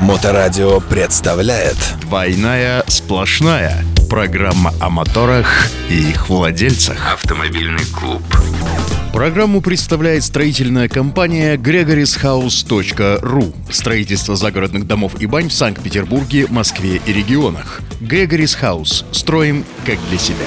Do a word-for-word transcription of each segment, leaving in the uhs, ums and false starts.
Моторадио представляет «Двойная сплошная». Программа о моторах и их владельцах. Автомобильный клуб. Программу представляет строительная компания грегорис хаус точка ру. Строительство загородных домов и бань в Санкт-Петербурге, Москве и регионах. Грегорис Хаус. Строим как для себя.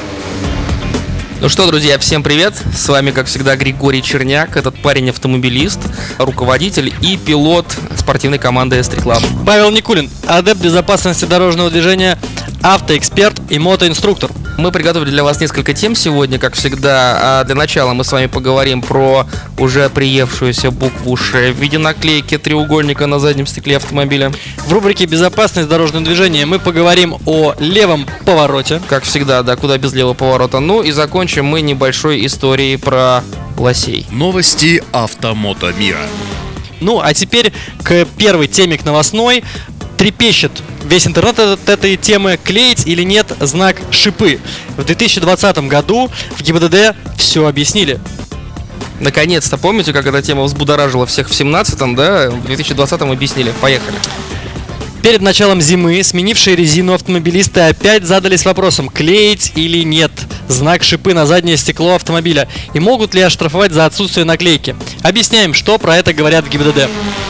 Ну что, друзья, всем привет! С вами, как всегда, Григорий Черняк. Этот парень-автомобилист, руководитель и пилот спортивной команды эс три Club. Павел Никулин, адепт безопасности дорожного движения, автоэксперт и мотоинструктор. Мы приготовили для вас несколько тем сегодня, как всегда. Для начала мы с вами поговорим про уже приевшуюся букву «Ш» в виде наклейки треугольника на заднем стекле автомобиля. В рубрике «Безопасность дорожного движения» мы поговорим о левом повороте. Как всегда, да, куда без левого поворота. Ну и закончим мы небольшой историей про лосей. Новости автомото мира. Ну, а теперь к первой теме, к новостной. Трепещет весь интернет от этой темы: клеить или нет знак «Шипы». В две тысячи двадцатом году в ГИБДД все объяснили. Наконец-то, помните, как эта тема взбудоражила всех в семнадцатом, да? В две тысячи двадцатом объяснили. Поехали. Перед началом зимы сменившие резину автомобилисты опять задались вопросом: клеить или нет знак «Шипы» на заднее стекло автомобиля, и могут ли оштрафовать за отсутствие наклейки. Объясняем, что про это говорят в ГИБДД.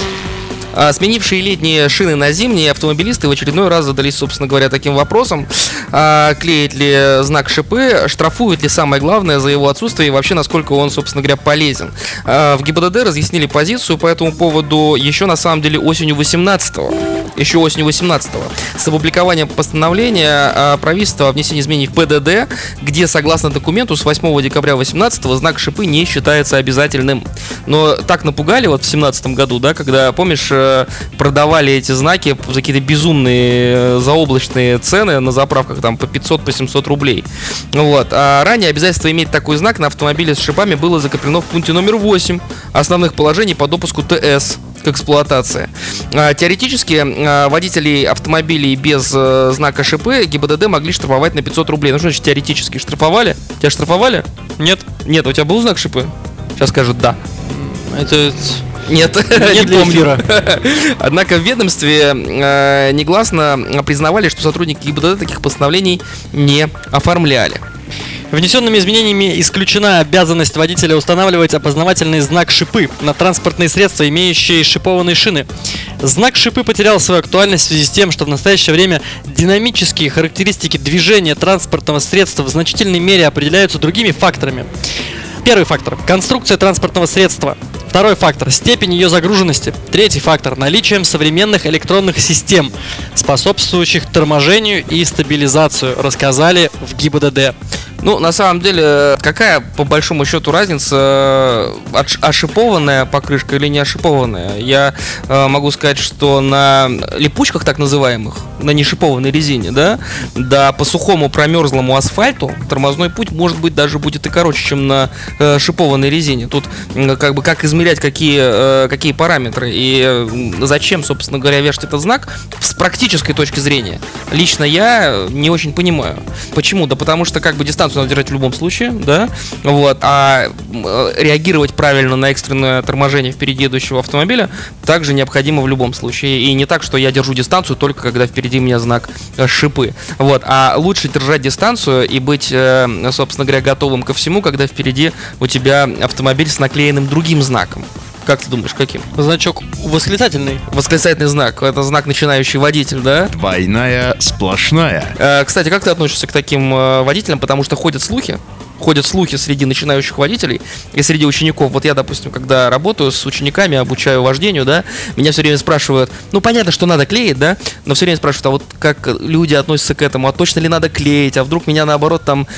А, сменившие летние шины на зимние автомобилисты в очередной раз задались, собственно говоря, таким вопросом: а, клеит ли знак «Шипы», штрафуют ли, самое главное, за его отсутствие и вообще насколько он, собственно говоря, полезен. А, в ГИБДД разъяснили позицию по этому поводу еще на самом деле осенью восемнадцатого. Еще осенью восемнадцатого. С опубликованием постановления а, правительства о внесении изменений в ПДД, где, согласно документу, с восьмого декабря восемнадцатого знак «Шипы» не считается обязательным. Но так напугали вот в семнадцатом году, да, когда, помнишь, продавали эти знаки за какие-то безумные заоблачные цены на заправках, там по пятьсот, по семьсот рублей. Вот. А ранее обязательство иметь такой знак на автомобиле с шипами было закреплено в пункте номер восемь основных положений по допуску ТС к эксплуатации. А, теоретически а, водителей автомобилей без а, знака «Шипы» ГИБДД могли штрафовать на пятьсот рублей. Ну что значит теоретически? Штрафовали? Тебя штрафовали? Нет. Нет, у тебя был знак «Шипы»? Сейчас скажут «да». Это... Нет, не, не помню. Однако в ведомстве э, негласно признавали, что сотрудники ГИБДД таких постановлений не оформляли. Внесенными изменениями исключена обязанность водителя устанавливать опознавательный знак «Шипы» на транспортные средства, имеющие шипованные шины. Знак «Шипы» потерял свою актуальность в связи с тем, что в настоящее время динамические характеристики движения транспортного средства в значительной мере определяются другими факторами. Первый фактор – конструкция транспортного средства. Второй фактор – степень ее загруженности. Третий фактор – наличием современных электронных систем, способствующих торможению и стабилизацию, рассказали в ГИБДД. Ну, на самом деле, какая, по большому счету, разница, ошипованная покрышка или не ошипованная? Я э, могу сказать, что на липучках, так называемых, на нешипованной резине, да, да, по сухому промерзлому асфальту тормозной путь, может быть, даже будет и короче, чем на э, шипованной резине. Тут, э, как бы, как измерять, какие, э, какие параметры и э, зачем, собственно говоря, вешать этот знак, с практической точки зрения, лично я не очень понимаю. Почему? Да потому что, как бы, дистанцию надо держать в любом случае, да, вот, а реагировать правильно на экстренное торможение впереди идущего автомобиля также необходимо в любом случае, и не так, что я держу дистанцию только когда впереди меня знак «Шипы», вот, а лучше держать дистанцию и быть, собственно говоря, готовым ко всему, когда впереди у тебя автомобиль с наклеенным другим знаком. Как ты думаешь, каким? Значок восклицательный. Восклицательный знак. Это знак «Начинающий водитель», да? Двойная сплошная. Э, кстати, как ты относишься к таким э, водителям? Потому что ходят слухи. Ходят слухи среди начинающих водителей и среди учеников. Вот я, допустим, когда работаю с учениками, обучаю вождению, да, меня все время спрашивают, ну, понятно, что надо клеить, да, но все время спрашивают, а вот как люди относятся к этому, а точно ли надо клеить, а вдруг меня, наоборот, там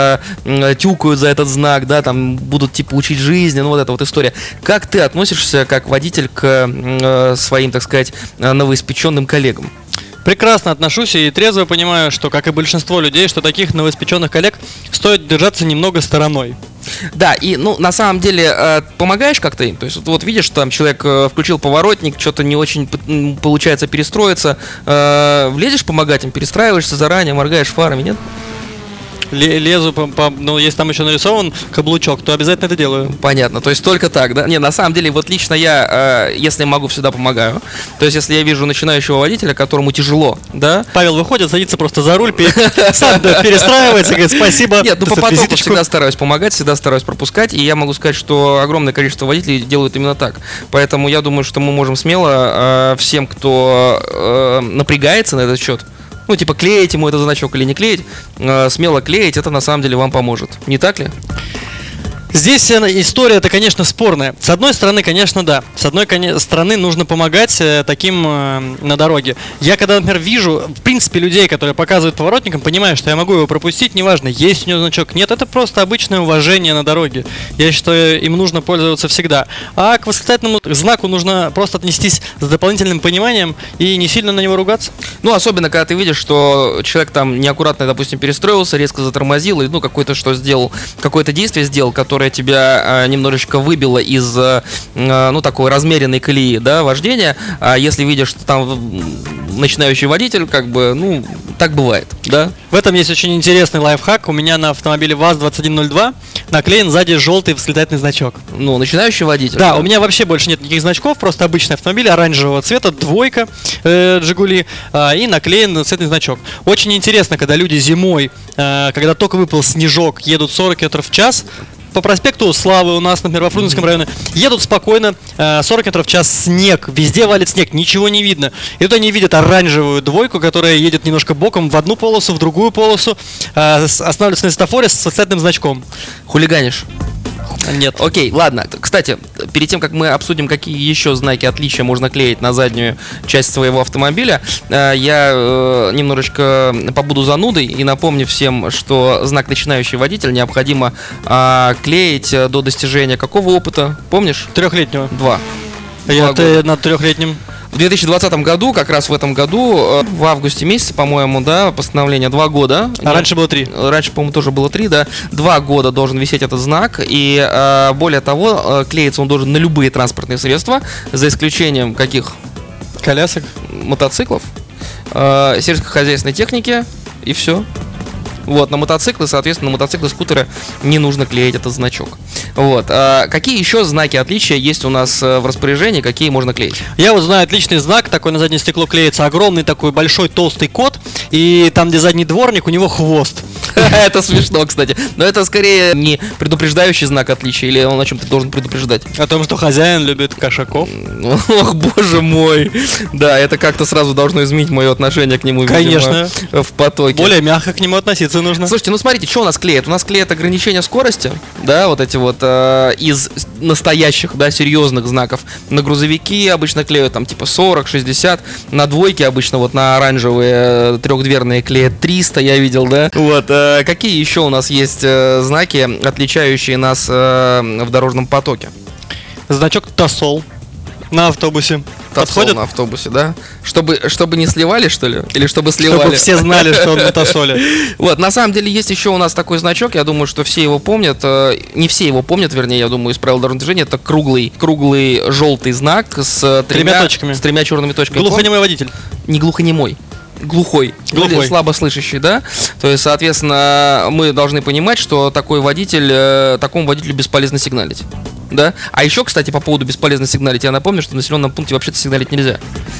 затюкают за этот знак, да, там будут, типа, учить жизни, ну, вот эта вот история. Как ты относишься, как водитель, к э, своим, так сказать, новоиспеченным коллегам? Прекрасно отношусь и трезво понимаю, что, как и большинство людей, что таких новоиспеченных коллег стоит держаться немного стороной. Да, и, ну, на самом деле, э, помогаешь как-то им? То есть, вот, вот видишь, там человек э, включил поворотник, что-то не очень получается перестроиться, э, влезешь помогать им, перестраиваешься заранее, моргаешь фарами, нет? ле- лезу, по, по- ну, если там еще нарисован каблучок, то обязательно это делаю. Понятно, то есть только так, да? Не, на самом деле, вот лично я, э, если могу, всегда помогаю. То есть, если я вижу начинающего водителя, которому тяжело, да? Павел выходит, садится просто за руль, пере- сам да, перестраивается, говорит, спасибо. Нет, ну по Тут потоку визиточку. всегда стараюсь помогать, всегда стараюсь пропускать, и я могу сказать, что огромное количество водителей делают именно так. Поэтому я думаю, что мы можем смело э, всем, кто э, напрягается на этот счет, ну типа клеить ему этот значок или не клеить, э, смело клеить, это на самом деле вам поможет. Не так ли? Здесь э, история-то, конечно, спорная. С одной стороны, конечно, да. С одной коне- стороны, нужно помогать э, таким э, на дороге. Я, когда, например, вижу, в принципе, людей, которые показывают поворотникам, понимаю, что я могу его пропустить, неважно, есть у него значок, нет, это просто обычное уважение на дороге. Я считаю, им нужно пользоваться всегда. А к восклицательному знаку нужно просто отнестись с дополнительным пониманием и не сильно на него ругаться. Ну, особенно, когда ты видишь, что человек там неаккуратно, допустим, перестроился, резко затормозил, и, ну, какое-то что сделал, какое-то действие сделал, которое тебя э, немножечко выбило из, э, ну, такой размеренной колеи, да, вождения. А если видишь, что там начинающий водитель, как бы, ну, так бывает, да? В этом есть очень интересный лайфхак. У меня на автомобиле ВАЗ двадцать один ноль два наклеен сзади желтый восклицательный значок. Ну, начинающий водитель. Да, у меня вообще больше нет никаких значков, просто обычный автомобиль оранжевого цвета, двойка э, Жигули, э, и наклеен восклицательный значок. Очень интересно, когда люди зимой, э, когда только выпал снежок, едут сорок километров в час, по проспекту Славы у нас, например, во Фрунзенском районе, едут спокойно, э, сорок километров в час, снег, везде валит снег, ничего не видно. И тут они видят оранжевую двойку, которая едет немножко боком в одну полосу, в другую полосу, э, с- останавливается на светофоре с восклицательным значком. Хулиганишь. Нет. Окей, ладно. Кстати, перед тем, как мы обсудим, какие еще знаки отличия можно клеить на заднюю часть своего автомобиля, э, я э, немножечко побуду занудой и напомню всем, что знак начинающий водитель необходимо э, клеить э, до достижения какого опыта? Помнишь? Трехлетнего. Два. Я Два ты на трехлетнем. В две тысячи двадцатом году, как раз в этом году, э, в августе месяце, по-моему, да, постановление два года. А раньше было три. Раньше, по-моему, тоже было три, да. Два года должен висеть этот знак. И э, более того, э, клеиться он должен на любые транспортные средства, за исключением каких? Колясок. Мотоциклов, э, сельскохозяйственной техники и все. Вот, на мотоциклы, соответственно, на мотоциклы, скутеры не нужно клеить этот значок. Вот. А какие еще знаки отличия есть у нас э, в распоряжении, какие можно клеить? Я вот знаю отличный знак, такой на заднее стекло клеится, огромный такой большой толстый кот, и там, где задний дворник, у него хвост. Это смешно, кстати. Но это скорее не предупреждающий знак отличия, или он о чем-то должен предупреждать? О том, что хозяин любит кошаков. Ох, боже мой. Да, это как-то сразу должно изменить мое отношение к нему, видимо, Конечно. в потоке. Более мягко к нему относиться нужно. Слушайте, ну смотрите, что у нас клеят? У нас клеят ограничения скорости, да, вот эти вот э, из настоящих, да, серьезных знаков. На грузовики обычно клеют там типа сорок, шестьдесят, на двойки обычно вот на оранжевые э, трехдверные клеят триста, я видел, да. Вот, э, какие еще у нас есть э, знаки, отличающие нас э, в дорожном потоке? Значок Тосол на автобусе. Тосол Подходит? на автобусе, да? Чтобы, чтобы не сливали, что ли? Или чтобы сливали? Чтобы все знали, что он на Тосоле. Вот, на самом деле есть еще у нас такой значок, я думаю, что все его помнят, э, не все его помнят, вернее, я думаю, из правил дорожного движения, это круглый, круглый желтый знак с тремя, Тремя точками. с тремя черными точками. Глухонемой водитель. Не глухонемой. Глухой, Глухой. Или слабослышащий, да? То есть, соответственно, мы должны понимать, что такой водитель, э, такому водителю бесполезно сигналить. Да? А еще, кстати, по поводу бесполезно сигналить, я напомню, что в населенном пункте вообще-то сигналить нельзя.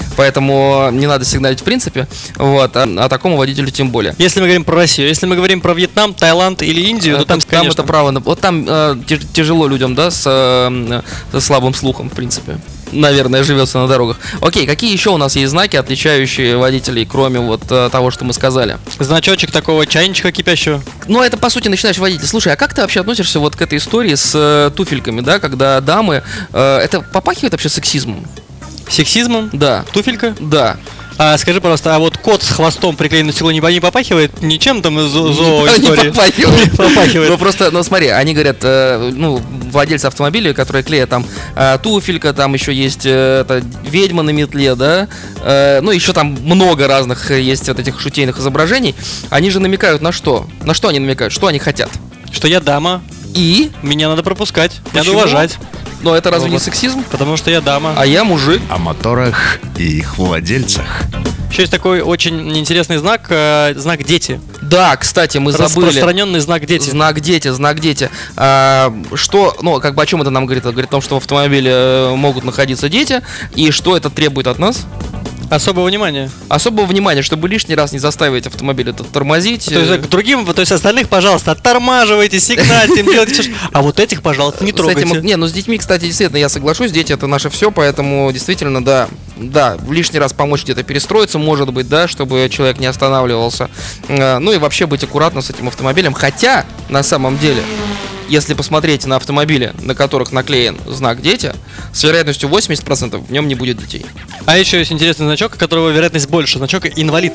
Поэтому не надо сигналить в принципе, вот, а, а такому водителю тем более. Если мы говорим про Россию, если мы говорим про Вьетнам, Таиланд или Индию, то там, там конечно, это право. на- Вот там э, тяж- тяжело людям, да, с, э, со слабым слухом, в принципе. Наверное, живется на дорогах. Окей, какие еще у нас есть знаки, отличающие водителей, кроме вот э, того, что мы сказали? значочек такого чайничка кипящего. Ну, это, по сути, начинаешь водитель. Слушай, а как ты вообще относишься вот к этой истории с э, туфельками, да, когда дамы... э, это попахивает вообще сексизмом? Сексизмом. Да. Туфелька. Да. А скажи, пожалуйста, а вот кот с хвостом приклеенным к стеклу не, не попахивает ничем там из зо- зоо Не истории? попахивает. Не попахивает. Ну просто, ну смотри, они говорят, э, ну, владельцы автомобилей, которые клеят там э, туфелька, там еще есть э, это, ведьма на метле, да, э, ну еще там много разных э, есть вот этих шутейных изображений, они же намекают на что? На что они намекают? Что они хотят? Что я дама, И? меня надо пропускать, надо Почему? уважать, Но это разве Ну не вот. сексизм? потому что я дама. А я мужик. О моторах и их владельцах. Еще есть такой очень интересный знак, э, знак «Дети». Да, кстати, мы забыли. Распространенный знак «Дети». Знак «Дети», знак «Дети». А, что, ну, как бы о чем это нам говорит? Это говорит о том, что в автомобиле могут находиться дети, и что это требует от нас? Особого внимания. Особого внимания, чтобы лишний раз не заставить автомобиль этот тормозить. То есть к другим, то есть остальных, пожалуйста, оттормаживайте, сигнальте, делайте все, а вот этих, пожалуйста, не трогайте. С этим, не, ну с детьми, кстати, действительно, я соглашусь, дети это наше все, поэтому действительно, да, да, лишний раз помочь где-то перестроиться, может быть, да, чтобы человек не останавливался. Ну и вообще быть аккуратным с этим автомобилем, хотя, на самом деле, если посмотреть на автомобили, на которых наклеен знак «Дети», с вероятностью восемьдесят процентов в нем не будет детей. А еще есть интересный значок, у которого вероятность больше, значок «Инвалид».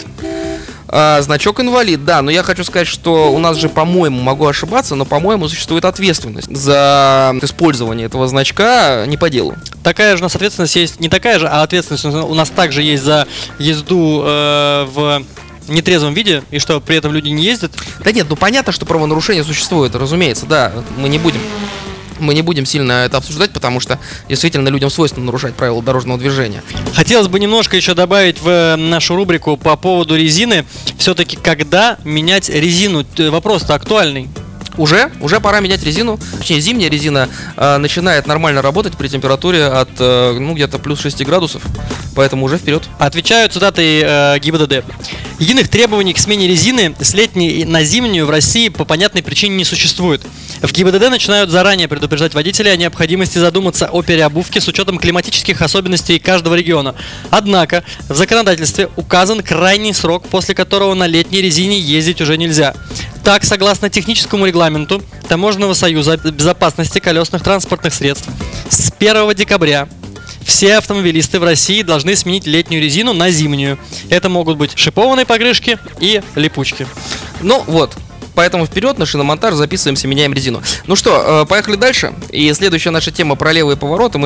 А, значок «Инвалид», да, но я хочу сказать, что у нас же, по-моему, могу ошибаться, но, по-моему, существует ответственность за использование этого значка не по делу. Такая же у нас ответственность есть, не такая же, а ответственность у нас также есть за езду э, в нетрезвом виде, и что при этом люди не ездят. Да нет, ну понятно, что правонарушение существует, разумеется, да, мы не будем. Мы не будем сильно это обсуждать, потому что действительно людям свойственно нарушать правила дорожного движения. Хотелось бы немножко еще добавить в нашу рубрику по поводу резины. Все-таки когда менять резину? Вопрос-то актуальный. Уже, уже пора менять резину. Точнее, зимняя резина э, начинает нормально работать при температуре от э, ну, где-то плюс шесть градусов. Поэтому уже вперед. Отвечаю цитатой э, ГИБДД. Единых требований к смене резины с летней на зимнюю в России по понятной причине не существует. В ГИБДД начинают заранее предупреждать водителей о необходимости задуматься о переобувке с учетом климатических особенностей каждого региона. Однако в законодательстве указан крайний срок, после которого на летней резине ездить уже нельзя. Так, согласно техническому регламенту Таможенного союза безопасности колесных транспортных средств, с первого декабря все автомобилисты в России должны сменить летнюю резину на зимнюю. Это могут быть шипованные покрышки и липучки. Ну вот. Поэтому вперед на шиномонтаж, записываемся, меняем резину. Ну что, поехали дальше. И следующая наша тема про левые повороты.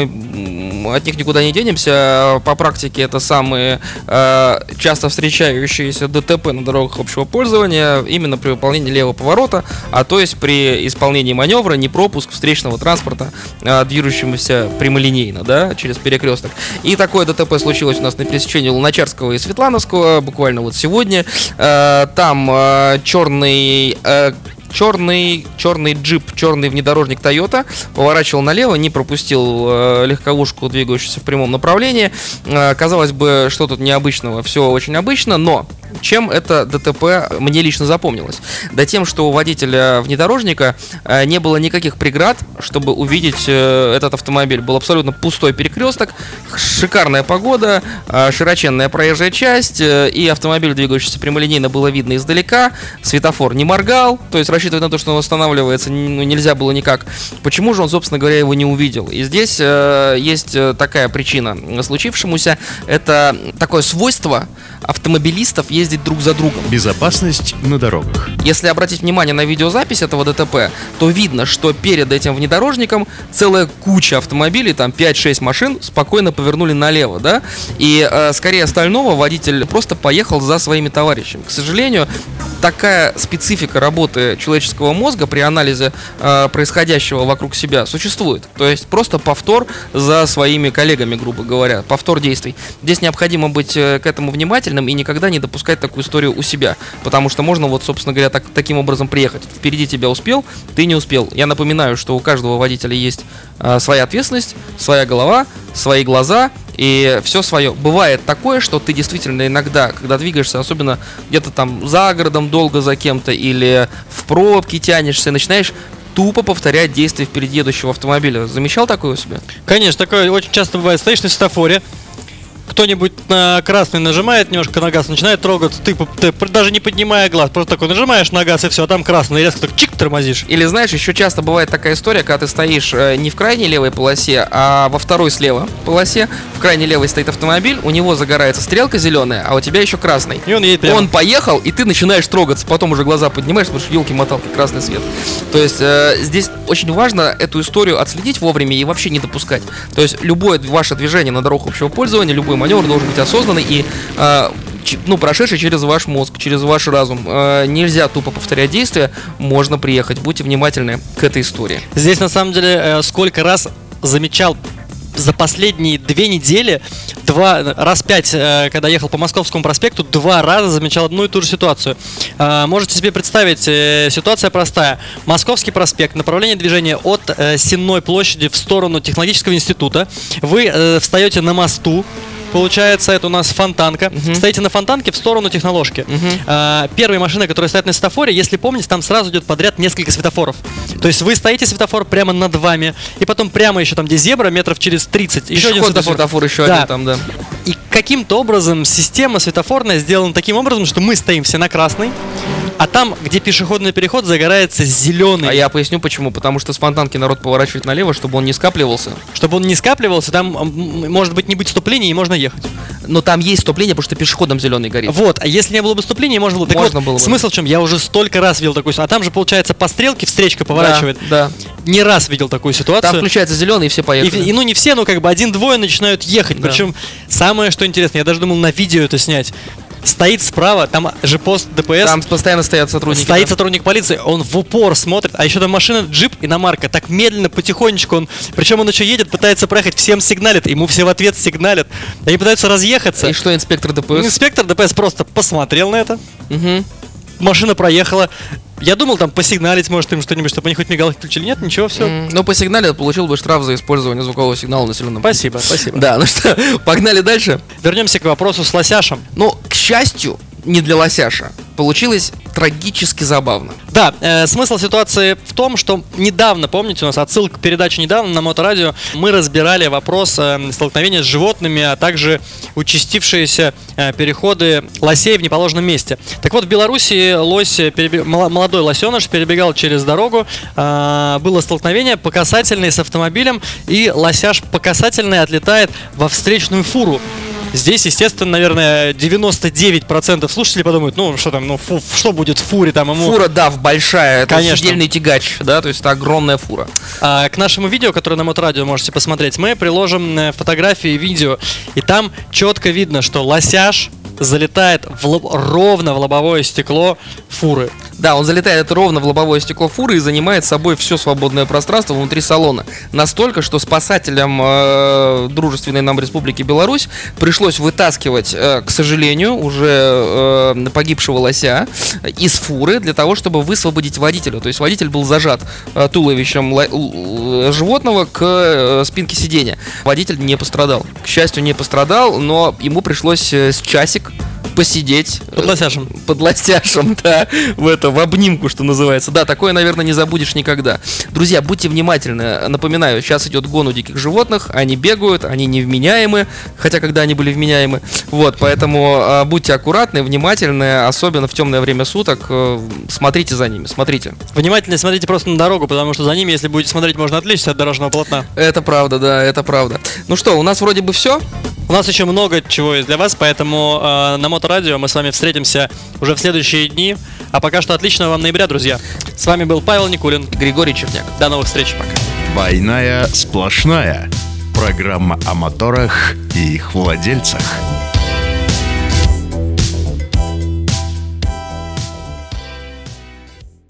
Мы от них никуда не денемся. По практике это самые э, часто встречающиеся ДТП на дорогах общего пользования именно при выполнении левого поворота, а то есть при исполнении маневра, не пропуск встречного транспорта, э, движущегося прямолинейно, да, через перекресток. И такое ДТП случилось у нас на пересечении Луначарского и Светлановского буквально вот сегодня. Э, там э, черный Э, черный, черный джип, черный внедорожник Toyota поворачивал налево, не пропустил э, легковушку, двигающуюся в прямом направлении. Э, казалось бы, что тут необычного, все очень обычно, но чем это ДТП мне лично запомнилось? Да тем, что у водителя внедорожника э, не было никаких преград, чтобы увидеть э, этот автомобиль. Был абсолютно пустой перекресток, шикарная погода, э, широченная проезжая часть, э, и автомобиль, двигающийся прямолинейно, было видно издалека. Светофор не моргал, то есть рассчитывать на то, что он останавливается, ну, нельзя было никак. Почему же он, собственно говоря, его не увидел? И здесь э, есть такая причина случившемуся. Это такое свойство автомобилистов ездить друг за другом. Безопасность на дорогах. Если обратить внимание на видеозапись этого ДТП, то видно, что перед этим внедорожником целая куча автомобилей, там пять-шесть машин, спокойно повернули налево, да? И э, скорее остального водитель просто поехал за своими товарищами. К сожалению, такая специфика работы человеческого мозга при анализе э, происходящего вокруг себя существует. То есть просто повтор за своими коллегами, грубо говоря, повтор действий. Здесь необходимо быть э, к этому внимательным и никогда не допускать такую историю у себя, потому что можно вот, собственно говоря, так, таким образом приехать. Впереди тебя успел, ты не успел. Я напоминаю, что у каждого водителя есть э, своя ответственность, своя голова, свои глаза и все свое. Бывает такое, что ты действительно иногда, когда двигаешься, особенно где-то там за городом долго за кем-то или в пробке тянешься, начинаешь тупо повторять действия впереди едущего автомобиля. Замечал такое у себя? Конечно, такое очень часто бывает. Стоишь на светофоре, кто-нибудь на красный нажимает немножко на газ, начинает трогаться, ты, ты даже не поднимая глаз, просто такой нажимаешь на газ и все, а там красный, и резко так чик тормозишь. Или знаешь, еще часто бывает такая история, когда ты стоишь э, не в крайней левой полосе, а во второй слева полосе. В крайней левой стоит автомобиль, у него загорается стрелка зеленая, а у тебя еще красный. И он едет прямо. Он поехал, и ты начинаешь трогаться, потом уже глаза поднимаешь, потому что елки-моталки, красный свет. То есть э, здесь очень важно эту историю отследить вовремя и вообще не допускать. То есть любое ваше движение на дорогах общего пользования, любой маневр должен быть осознанный и э, ну, прошедший через ваш мозг, через ваш разум. Э, нельзя тупо повторять действия, можно приехать. Будьте внимательны к этой истории. Здесь на самом деле э, сколько раз замечал за последние две недели два, раз пять, э, когда ехал по Московскому проспекту, два раза замечал одну и ту же ситуацию. Э, можете себе представить, э, ситуация простая. Московский проспект, направление движения от э, Сенной площади в сторону Технологического института. Вы э, встаете на мосту. Получается, это у нас фонтанка. Uh-huh. Стоите на фонтанке в сторону техноложки. Uh-huh. А, первые машины, которые стоят на светофоре, если помните, там сразу идет подряд несколько светофоров. То есть вы стоите, светофор прямо над вами, и потом прямо еще там, где зебра, метров через тридцать, еще один светофор. светофор еще да. один там, да. И каким-то образом система светофорная сделана таким образом, что мы стоим все на красной, а там, где пешеходный переход, загорается зеленый. А я поясню почему. Потому что с фонтанки народ поворачивает налево, чтобы он не скапливался. Чтобы он не скапливался, там может быть не быть вступлений и можно ехать. Но там есть вступление, потому что пешеходом зеленый горит. Вот, а если не было бы вступления, можно было бы. Можно вот, было бы. Смысл в чем? Я уже столько раз видел такую ситуацию. А там же, получается, по стрелке встречка поворачивает. Да, да. Не раз видел такую ситуацию. Там включается зеленый, и все поехали. И, и ну не все, но как бы один-двое начинают ехать. Да. Причем самое, что интересно, я даже думал на видео это снять. Стоит справа, там же пост ДПС. Там постоянно стоят сотрудники. Стоит да? сотрудник полиции, он в упор смотрит, а еще там машина, джип, иномарка, так медленно, потихонечку он, причем он еще едет, пытается проехать, всем сигналит, ему все в ответ сигналят, они пытаются разъехаться. И что инспектор ДПС? Инспектор ДПС просто посмотрел на это, Угу. машина проехала. Я думал там посигналить, может им что-нибудь, чтобы они хоть мигалки включили. Нет, ничего, все. Mm, ну, по сигнале получил бы штраф за использование звукового сигнала в населенном пункте. Спасибо, спасибо. Да, ну что, погнали дальше. Вернемся к вопросу с лосяшем. Ну, к счастью, не для лосяша. Получилось трагически забавно. Да, э, смысл ситуации в том, что недавно, помните, у нас отсылка к передаче недавно на Моторадио, мы разбирали вопрос э, столкновения с животными, а также участившиеся э, переходы лосей в неположенном месте. Так вот, в Беларуси лось, перебег... молодой лосеныш перебегал через дорогу, э, было столкновение по касательной с автомобилем, и лосяш по касательной отлетает во встречную фуру. Здесь, естественно, наверное, девяносто девять процентов слушателей подумают, ну, что там, ну, фу, что будет в фуре там ему... Фура, да, в большая, это Конечно. сидельный тягач, да, то есть это огромная фура. А, к нашему видео, которое на Моторадио можете посмотреть, мы приложим э, фотографии и видео, и там четко видно, что лосяш залетает в лоб... ровно в лобовое стекло фуры. Да, он залетает ровно в лобовое стекло фуры и занимает собой все свободное пространство внутри салона. Настолько, что спасателям э, дружественной нам Республики Беларусь пришлось вытаскивать, э, к сожалению, уже э, погибшего лося из фуры для того, чтобы высвободить водителя. То есть водитель был зажат э, туловищем ло- л- животного к э, спинке сиденья. Водитель не пострадал. К счастью, не пострадал, но ему пришлось э, с часик посидеть Под лосяшем. Под лосяшем, да, в это, в обнимку, что называется. Да, такое, наверное, не забудешь никогда. Друзья, будьте внимательны. Напоминаю, сейчас идет гон у диких животных. Они бегают, они невменяемы. Хотя, когда они были вменяемы. Вот, поэтому э, будьте аккуратны, внимательны. Особенно в темное время суток. Э, смотрите за ними, смотрите. Внимательно смотрите просто на дорогу, потому что за ними, если будете смотреть, можно отвлечься от дорожного полотна. Это правда, да, это правда. Ну что, у нас вроде бы все. У нас еще много чего есть для вас, поэтому э, на Моторадио мы с вами встретимся уже в следующие дни. А пока что отличного вам ноября, друзья. С вами был Павел Никулин. Григорий Черняк. До новых встреч, пока. Двойная сплошная. Программа о моторах и их владельцах.